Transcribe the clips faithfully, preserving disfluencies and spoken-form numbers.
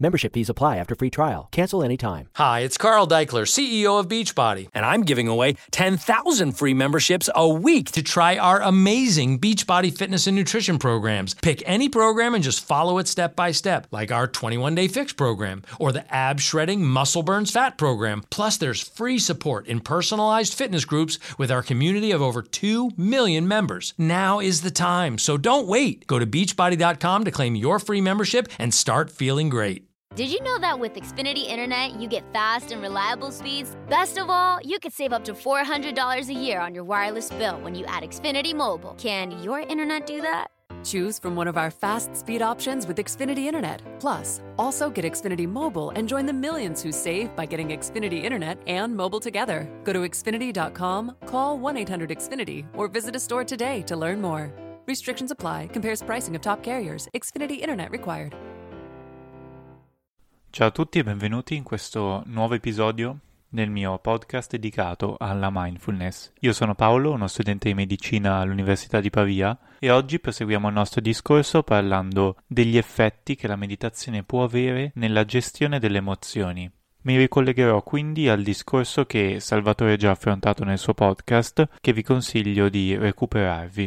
Membership fees apply after free trial. Cancel anytime. Hi, it's Carl Deichler, C E O of Beachbody, and I'm giving away ten thousand free memberships a week to try our amazing Beachbody fitness and nutrition programs. Pick any program and just follow it step by step, like our twenty-one day fix program or the ab shredding muscle burns fat program. Plus, there's free support in personalized fitness groups with our community of over two million members. Now is the time, so don't wait. Go to beachbody dot com to claim your free membership and start feeling great. Did you know that with Xfinity Internet, you get fast and reliable speeds? Best of all, you could save up to four hundred dollars a year on your wireless bill when you add Xfinity Mobile. Can your internet do that? Choose from one of our fast speed options with Xfinity Internet. Plus, also get Xfinity Mobile and join the millions who save by getting Xfinity Internet and mobile together. Go to Xfinity dot com, call one eight hundred X Finity, or visit a store today to learn more. Restrictions apply. Compares pricing of top carriers. Xfinity Internet required. Ciao a tutti e benvenuti in questo nuovo episodio del mio podcast dedicato alla mindfulness. Io sono Paolo, uno studente di medicina all'Università di Pavia, e oggi proseguiamo il nostro discorso parlando degli effetti che la meditazione può avere nella gestione delle emozioni. Mi ricollegherò quindi al discorso che Salvatore ha già affrontato nel suo podcast, che vi consiglio di recuperarvi.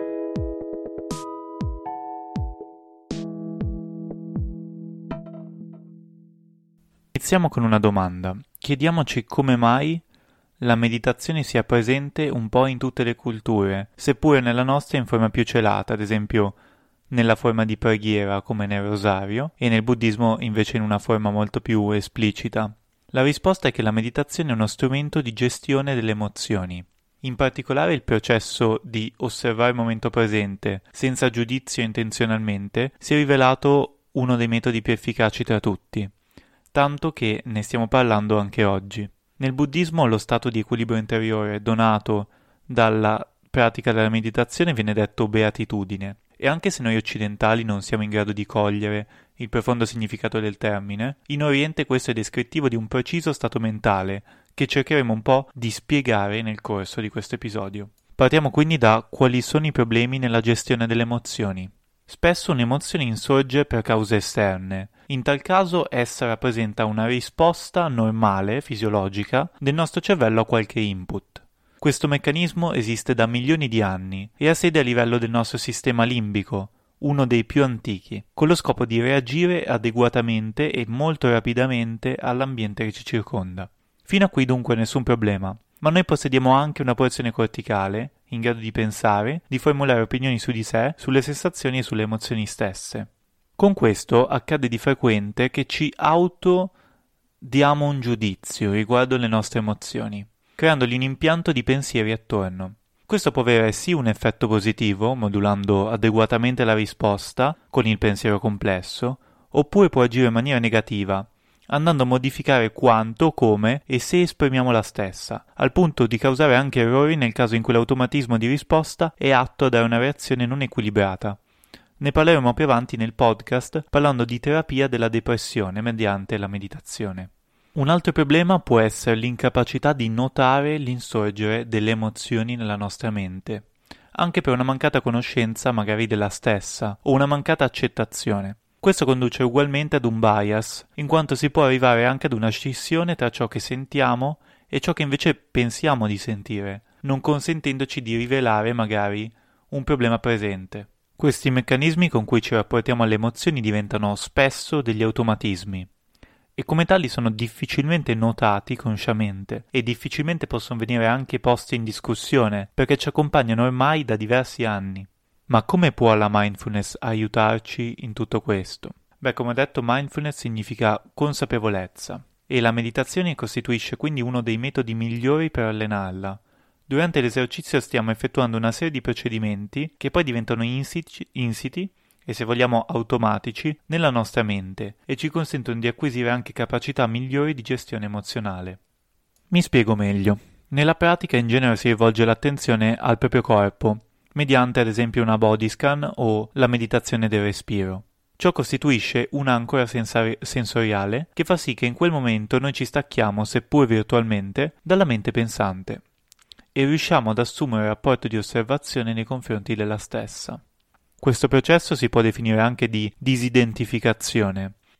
Iniziamo con una domanda. Chiediamoci come mai la meditazione sia presente un po' in tutte le culture, seppure nella nostra in forma più celata, ad esempio nella forma di preghiera come nel rosario, e nel buddismo invece in una forma molto più esplicita. La risposta è che la meditazione è uno strumento di gestione delle emozioni. In particolare il processo di osservare il momento presente senza giudizio intenzionalmente si è rivelato uno dei metodi più efficaci tra tutti, tanto che ne stiamo parlando anche oggi. Nel buddismo lo stato di equilibrio interiore donato dalla pratica della meditazione viene detto beatitudine, e anche se noi occidentali non siamo in grado di cogliere il profondo significato del termine, in Oriente questo è descrittivo di un preciso stato mentale che cercheremo un po' di spiegare nel corso di questo episodio. Partiamo quindi da quali sono i problemi nella gestione delle emozioni. Spesso un'emozione insorge per cause esterne. In tal caso essa rappresenta una risposta normale, fisiologica, del nostro cervello a qualche input. Questo meccanismo esiste da milioni di anni e ha sede a livello del nostro sistema limbico, uno dei più antichi, con lo scopo di reagire adeguatamente e molto rapidamente all'ambiente che ci circonda. Fino a qui dunque nessun problema. Ma noi possediamo anche una porzione corticale, in grado di pensare, di formulare opinioni su di sé, sulle sensazioni e sulle emozioni stesse. Con questo accade di frequente che ci auto diamo un giudizio riguardo le nostre emozioni, creandogli un impianto di pensieri attorno. Questo può avere sì un effetto positivo, modulando adeguatamente la risposta con il pensiero complesso, oppure può agire in maniera negativa, andando a modificare quanto, come e se esprimiamo la stessa, al punto di causare anche errori nel caso in cui l'automatismo di risposta è atto a dare una reazione non equilibrata. Ne parleremo più avanti nel podcast parlando di terapia della depressione mediante la meditazione. Un altro problema può essere l'incapacità di notare l'insorgere delle emozioni nella nostra mente, anche per una mancata conoscenza magari della stessa o una mancata accettazione. Questo conduce ugualmente ad un bias, in quanto si può arrivare anche ad una scissione tra ciò che sentiamo e ciò che invece pensiamo di sentire, non consentendoci di rivelare magari un problema presente. Questi meccanismi con cui ci rapportiamo alle emozioni diventano spesso degli automatismi e come tali sono difficilmente notati consciamente e difficilmente possono venire anche posti in discussione perché ci accompagnano ormai da diversi anni. Ma come può la mindfulness aiutarci in tutto questo? Beh, come ho detto, mindfulness significa consapevolezza e la meditazione costituisce quindi uno dei metodi migliori per allenarla. Durante l'esercizio stiamo effettuando una serie di procedimenti che poi diventano insiti, insiti e se vogliamo automatici nella nostra mente e ci consentono di acquisire anche capacità migliori di gestione emozionale. Mi spiego meglio. Nella pratica in genere si rivolge l'attenzione al proprio corpo, mediante ad esempio una body scan o la meditazione del respiro. Ciò costituisce un'ancora sensori- sensoriale che fa sì che in quel momento noi ci stacchiamo, seppur virtualmente, dalla mente pensante e riusciamo ad assumere un rapporto di osservazione nei confronti della stessa. Questo processo si può definire anche di disidentificazione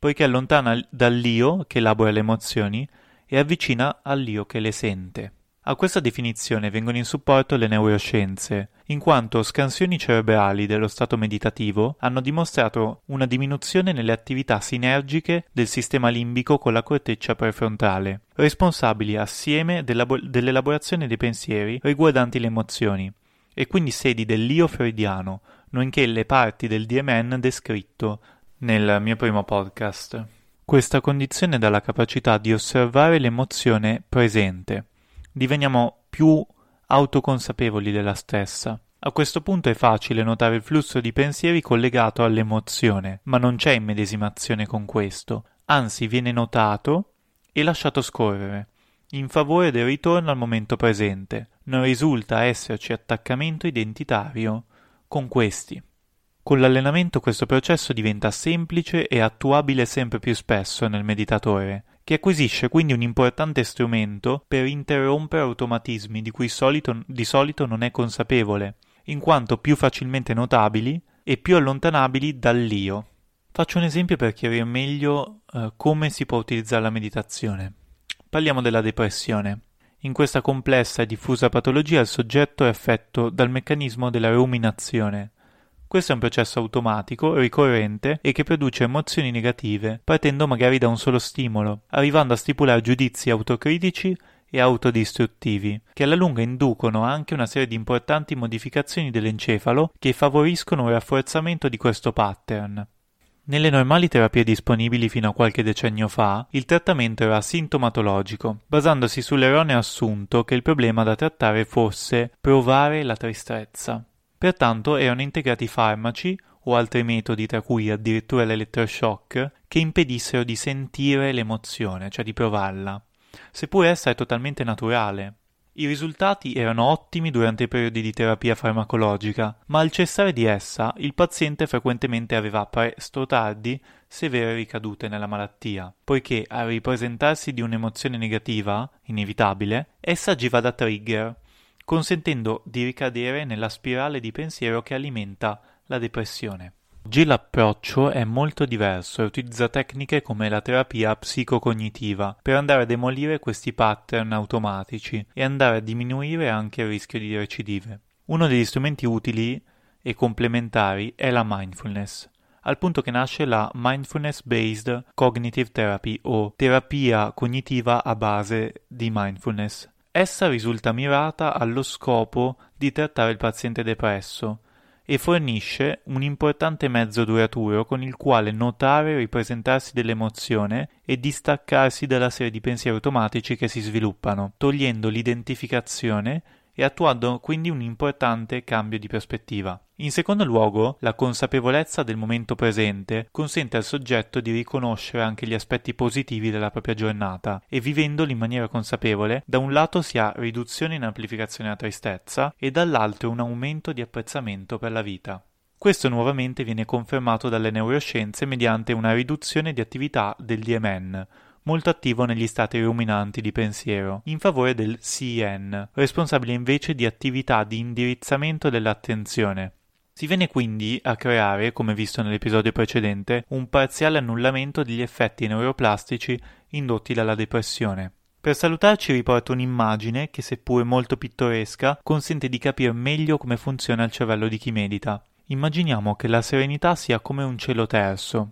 poiché allontana dall'io che elabora le emozioni e avvicina all'io che le sente. A questa definizione vengono in supporto le neuroscienze, in quanto scansioni cerebrali dello stato meditativo hanno dimostrato una diminuzione nelle attività sinergiche del sistema limbico con la corteccia prefrontale, responsabili assieme dell'elaborazione dei pensieri riguardanti le emozioni, e quindi sedi dell'io freudiano, nonché le parti del D M N descritto nel mio primo podcast. Questa condizione dà la capacità di osservare l'emozione presente. Diveniamo più autoconsapevoli della stessa. A questo punto è facile notare il flusso di pensieri collegato all'emozione, ma non c'è immedesimazione con questo, anzi viene notato e lasciato scorrere, in favore del ritorno al momento presente. Non risulta esserci attaccamento identitario con questi. Con l'allenamento questo processo diventa semplice e attuabile sempre più spesso nel meditatore, che acquisisce quindi un importante strumento per interrompere automatismi di cui solito, di solito non è consapevole, in quanto più facilmente notabili e più allontanabili dall'io. Faccio un esempio per chiarire meglio eh, come si può utilizzare la meditazione. Parliamo della depressione. In questa complessa e diffusa patologia il soggetto è affetto dal meccanismo della ruminazione. Questo è un processo automatico, ricorrente e che produce emozioni negative, partendo magari da un solo stimolo, arrivando a stipulare giudizi autocritici e autodistruttivi, che alla lunga inducono anche una serie di importanti modificazioni dell'encefalo che favoriscono un rafforzamento di questo pattern. Nelle normali terapie disponibili fino a qualche decennio fa, il trattamento era sintomatologico, basandosi sull'erroneo assunto che il problema da trattare fosse provare la tristezza. Pertanto erano integrati farmaci o altri metodi, tra cui addirittura l'elettroshock, che impedissero di sentire l'emozione, cioè di provarla, seppur essa è totalmente naturale. I risultati erano ottimi durante i periodi di terapia farmacologica, ma al cessare di essa il paziente frequentemente aveva presto o tardi severe ricadute nella malattia, poiché al ripresentarsi di un'emozione negativa, inevitabile, essa agiva da trigger, consentendo di ricadere nella spirale di pensiero che alimenta la depressione. Oggi l'approccio è molto diverso e utilizza tecniche come la terapia psicocognitiva per andare a demolire questi pattern automatici e andare a diminuire anche il rischio di recidive. Uno degli strumenti utili e complementari è la mindfulness, al punto che nasce la Mindfulness Based Cognitive Therapy o terapia cognitiva a base di mindfulness. Essa risulta mirata allo scopo di trattare il paziente depresso e fornisce un importante mezzo duraturo con il quale notare il ripresentarsi dell'emozione e distaccarsi dalla serie di pensieri automatici che si sviluppano, togliendo l'identificazione e attuando quindi un importante cambio di prospettiva. In secondo luogo, la consapevolezza del momento presente consente al soggetto di riconoscere anche gli aspetti positivi della propria giornata e, vivendoli in maniera consapevole, da un lato si ha riduzione in amplificazione della tristezza e dall'altro un aumento di apprezzamento per la vita. Questo nuovamente viene confermato dalle neuroscienze mediante una riduzione di attività del D M N, molto attivo negli stati ruminanti di pensiero, in favore del C N, responsabile invece di attività di indirizzamento dell'attenzione. Si viene quindi a creare, come visto nell'episodio precedente, un parziale annullamento degli effetti neuroplastici indotti dalla depressione. Per salutarci riporto un'immagine che, seppure molto pittoresca, consente di capire meglio come funziona il cervello di chi medita. Immaginiamo che la serenità sia come un cielo terso.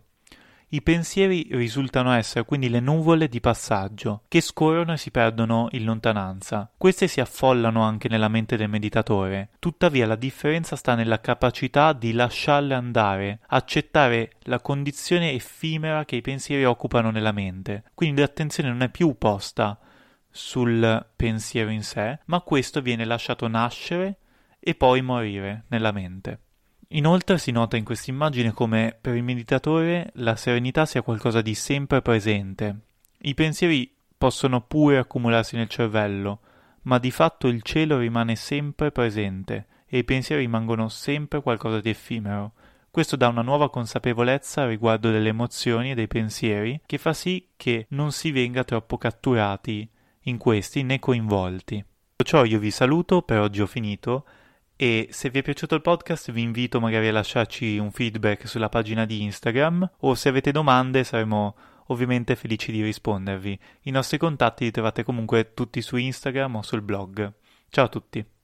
I pensieri risultano essere quindi le nuvole di passaggio, che scorrono e si perdono in lontananza. Queste si affollano anche nella mente del meditatore, tuttavia la differenza sta nella capacità di lasciarle andare, accettare la condizione effimera che i pensieri occupano nella mente. Quindi l'attenzione non è più posta sul pensiero in sé, ma questo viene lasciato nascere e poi morire nella mente. Inoltre si nota in questa immagine come per il meditatore la serenità sia qualcosa di sempre presente. I pensieri possono pure accumularsi nel cervello, ma di fatto il cielo rimane sempre presente e i pensieri rimangono sempre qualcosa di effimero. Questo dà una nuova consapevolezza riguardo delle emozioni e dei pensieri che fa sì che non si venga troppo catturati in questi né coinvolti. Per ciò io vi saluto, per oggi ho finito, E se vi è piaciuto il podcast vi invito magari a lasciarci un feedback sulla pagina di Instagram, o se avete domande saremo ovviamente felici di rispondervi. I nostri contatti li trovate comunque tutti su Instagram o sul blog. Ciao a tutti!